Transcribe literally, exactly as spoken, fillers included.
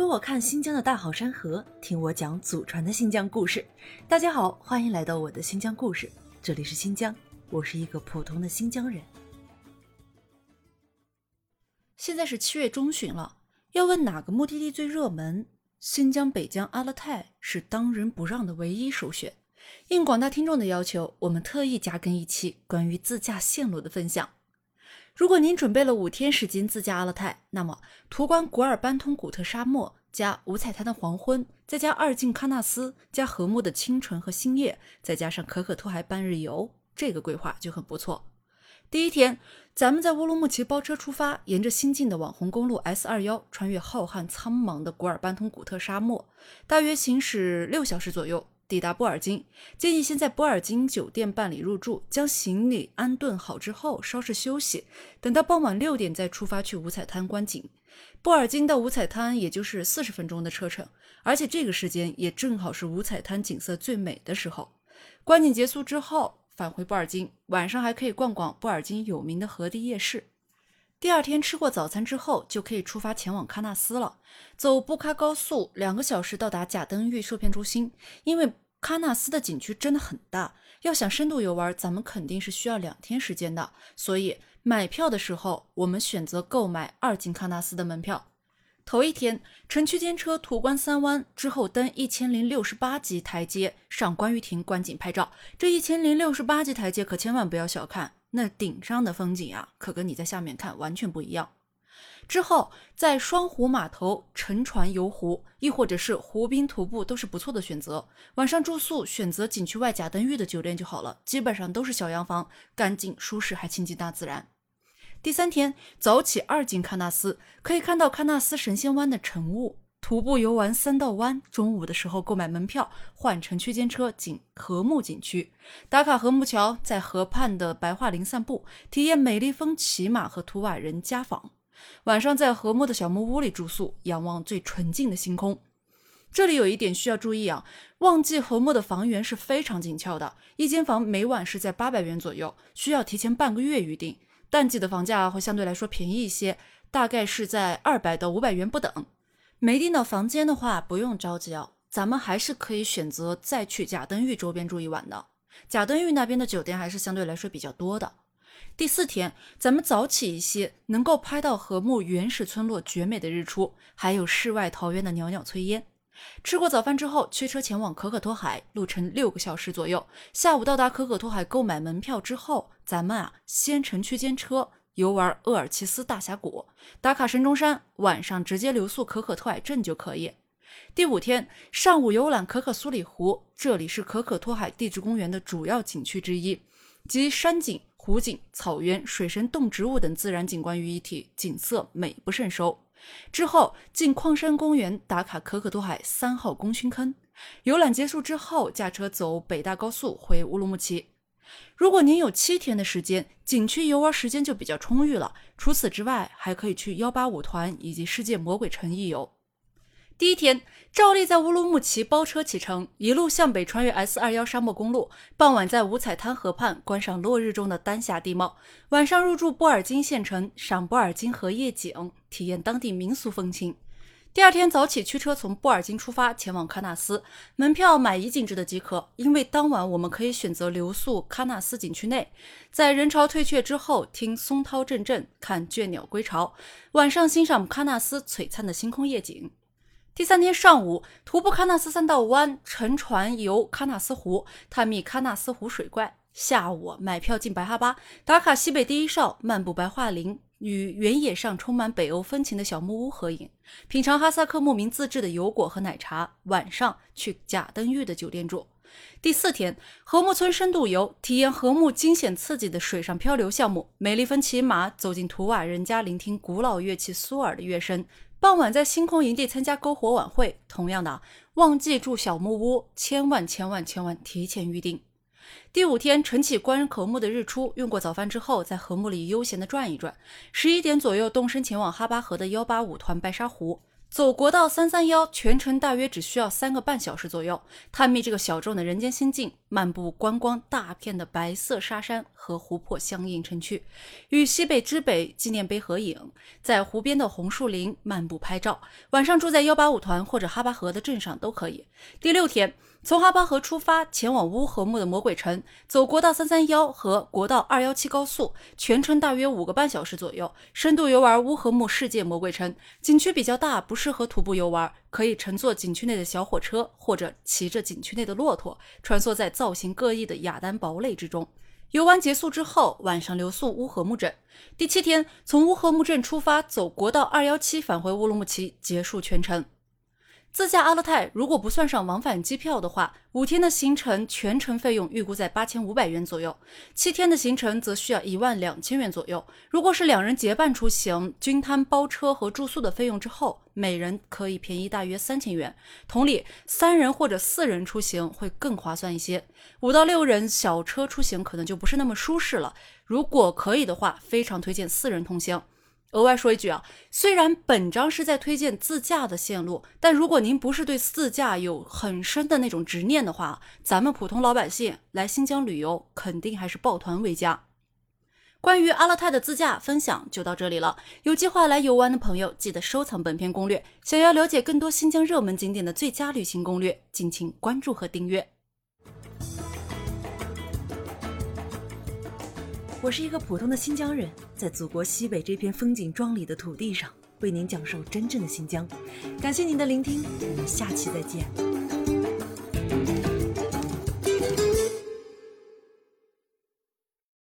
跟我看新疆的大好山河，听我讲祖传的新疆故事。大家好，欢迎来到我的新疆故事，这里是新疆，我是一个普通的新疆人。现在是七月中旬了，要问哪个目的地最热门，新疆北疆阿勒泰是当仁不让的唯一首选。应广大听众的要求，我们特意加更一期关于自驾线路的分享。如果您准备了五天时间自驾阿勒泰，那么途观古尔班通古特沙漠加五彩滩的黄昏，再加二进喀纳斯加禾木的清晨和星夜，再加上可可托海半日游，这个规划就很不错。第一天，咱们在乌鲁木齐包车出发，沿着新进的网红公路 S 二十一 穿越浩瀚苍茫的古尔班通古特沙漠，大约行驶六小时左右，抵达布尔津。建议先在布尔津酒店办理入住，将行李安顿好之后稍事休息，等到傍晚六点再出发去五彩滩观景。布尔津到五彩滩也就是四十分钟的车程，而且这个时间也正好是五彩滩景色最美的时候。观景结束之后返回布尔津，晚上还可以逛逛布尔津有名的河堤夜市。第二天吃过早餐之后，就可以出发前往喀纳斯了。走布喀高速两个小时到达贾登峪受片中心。因为喀纳斯的景区真的很大，要想深度游玩，咱们肯定是需要两天时间的。所以买票的时候，我们选择购买二进喀纳斯的门票。头一天乘区间车途观三湾，之后登一千零六十八级台阶上观鱼亭观景拍照。这一千零六十八级台阶可千万不要小看，那顶上的风景啊，可跟你在下面看完全不一样。之后在双湖码头乘船游湖，亦或者是湖滨徒步都是不错的选择。晚上住宿选择景区外贾登峪的酒店就好了，基本上都是小洋房，干净舒适还亲近大自然。第三天早起二进喀纳斯，可以看到喀纳斯神仙湾的晨雾，徒步游玩三道湾，中午的时候购买门票换乘区间车进禾木景区，打卡禾木桥，在河畔的白桦林散步，体验美丽峰骑马和图瓦人家访。晚上在禾木的小木屋里住宿，仰望最纯净的星空。这里有一点需要注意啊，旺季禾木的房源是非常紧俏的，一间房每晚是在八百元左右，需要提前半个月预定。淡季的房价会相对来说便宜一些，大概是在二百到五百元不等。没订到房间的话不用着急哦，咱们还是可以选择再去贾登峪周边住一晚的。贾登峪那边的酒店还是相对来说比较多的。第四天咱们早起一些，能够拍到禾木原始村落绝美的日出，还有世外桃源的袅袅炊烟。吃过早饭之后驱车前往可可托海，路程六个小时左右。下午到达可可托海购买门票之后，咱们啊先乘区间车游玩鄂尔齐斯大峡谷，打卡神中山，晚上直接留宿可可托海镇就可以。第五天上午游览可可苏里湖，这里是可可托海地质公园的主要景区之一，集山景、湖景、草原、水生动植物等自然景观于一体，景色美不胜收。之后进矿山公园打卡可可托海三号功勋坑，游览结束之后驾车走北大高速回乌鲁木齐。如果您有七天的时间，景区游玩时间就比较充裕了。除此之外，还可以去一八五团以及世界魔鬼城一游。第一天照例在乌鲁木齐包车启程，一路向北穿越 S 二十一 沙漠公路，傍晚在五彩滩河畔观赏落日中的丹霞地貌，晚上入住布尔津县城，赏布尔津河夜景，体验当地民俗风情。第二天早起驱车从布尔津出发前往喀纳斯，门票买一进制的即可，因为当晚我们可以选择留宿喀纳斯景区内，在人潮退却之后听松涛阵阵，看倦鸟归巢，晚上欣赏喀纳斯璀璨的星空夜景。第三天上午徒步喀纳斯三道湾，乘船游喀纳斯湖，探秘喀纳斯湖水怪。下午买票进白哈巴，打卡西北第一哨，漫步白桦林，与原野上充满北欧风情的小木屋合影，品尝哈萨克牧民自制的油果和奶茶。晚上去贾登峪的酒店住。第四天禾木村深度游，体验禾木惊险刺激的水上漂流项目，美丽峰骑马，走进图瓦人家，聆听古老乐器苏尔的乐声。傍晚在星空营地参加篝火晚会。同样的，旺季住小木屋，千万千万千万提前预定。第五天晨起观禾木的日出，用过早饭之后在禾木里悠闲的转一转。十一点左右动身前往哈巴河的一八五团白沙湖， 走国道三三一全程大约只需要三个半小时左右，探秘这个小众的人间仙境，漫步观光大片的白色沙山和湖泊相映成趣，与西北之北纪念碑合影，在湖边的红树林漫步拍照，晚上住在一八五团或者哈巴河的镇上都可以。第六天，从哈巴河出发前往乌合木的魔鬼城，走国道三三一和国道二一七高速，全程大约五个半小时左右，深度游玩乌合木世界魔鬼城。景区比较大，不适合徒步游玩，可以乘坐景区内的小火车，或者骑着景区内的骆驼，穿梭在造型各异的雅丹堡垒之中。游玩结束之后，晚上留宿乌合木镇。第七天，从乌合木镇出发，走国道二一七返回乌鲁木齐，结束全程。自驾阿勒泰如果不算上往返机票的话，五天的行程全程费用预估在八千五百元左右，七天的行程则需要一万两千元左右。如果是两人结伴出行，均摊包车和住宿的费用之后，每人可以便宜大约三千元。同理，三人或者四人出行会更划算一些，五到六人小车出行可能就不是那么舒适了。如果可以的话，非常推荐四人同行。额外说一句啊，虽然本章是在推荐自驾的线路，但如果您不是对自驾有很深的那种执念的话，咱们普通老百姓来新疆旅游肯定还是抱团为佳。关于阿勒泰的自驾分享就到这里了，有计划来游玩的朋友记得收藏本篇攻略，想要了解更多新疆热门景点的最佳旅行攻略，敬请关注和订阅。 我是一个普通的新疆人，在祖国西北这片风景壮丽的土地上，为您讲述真正的新疆。感谢您的聆听，我们下期再见。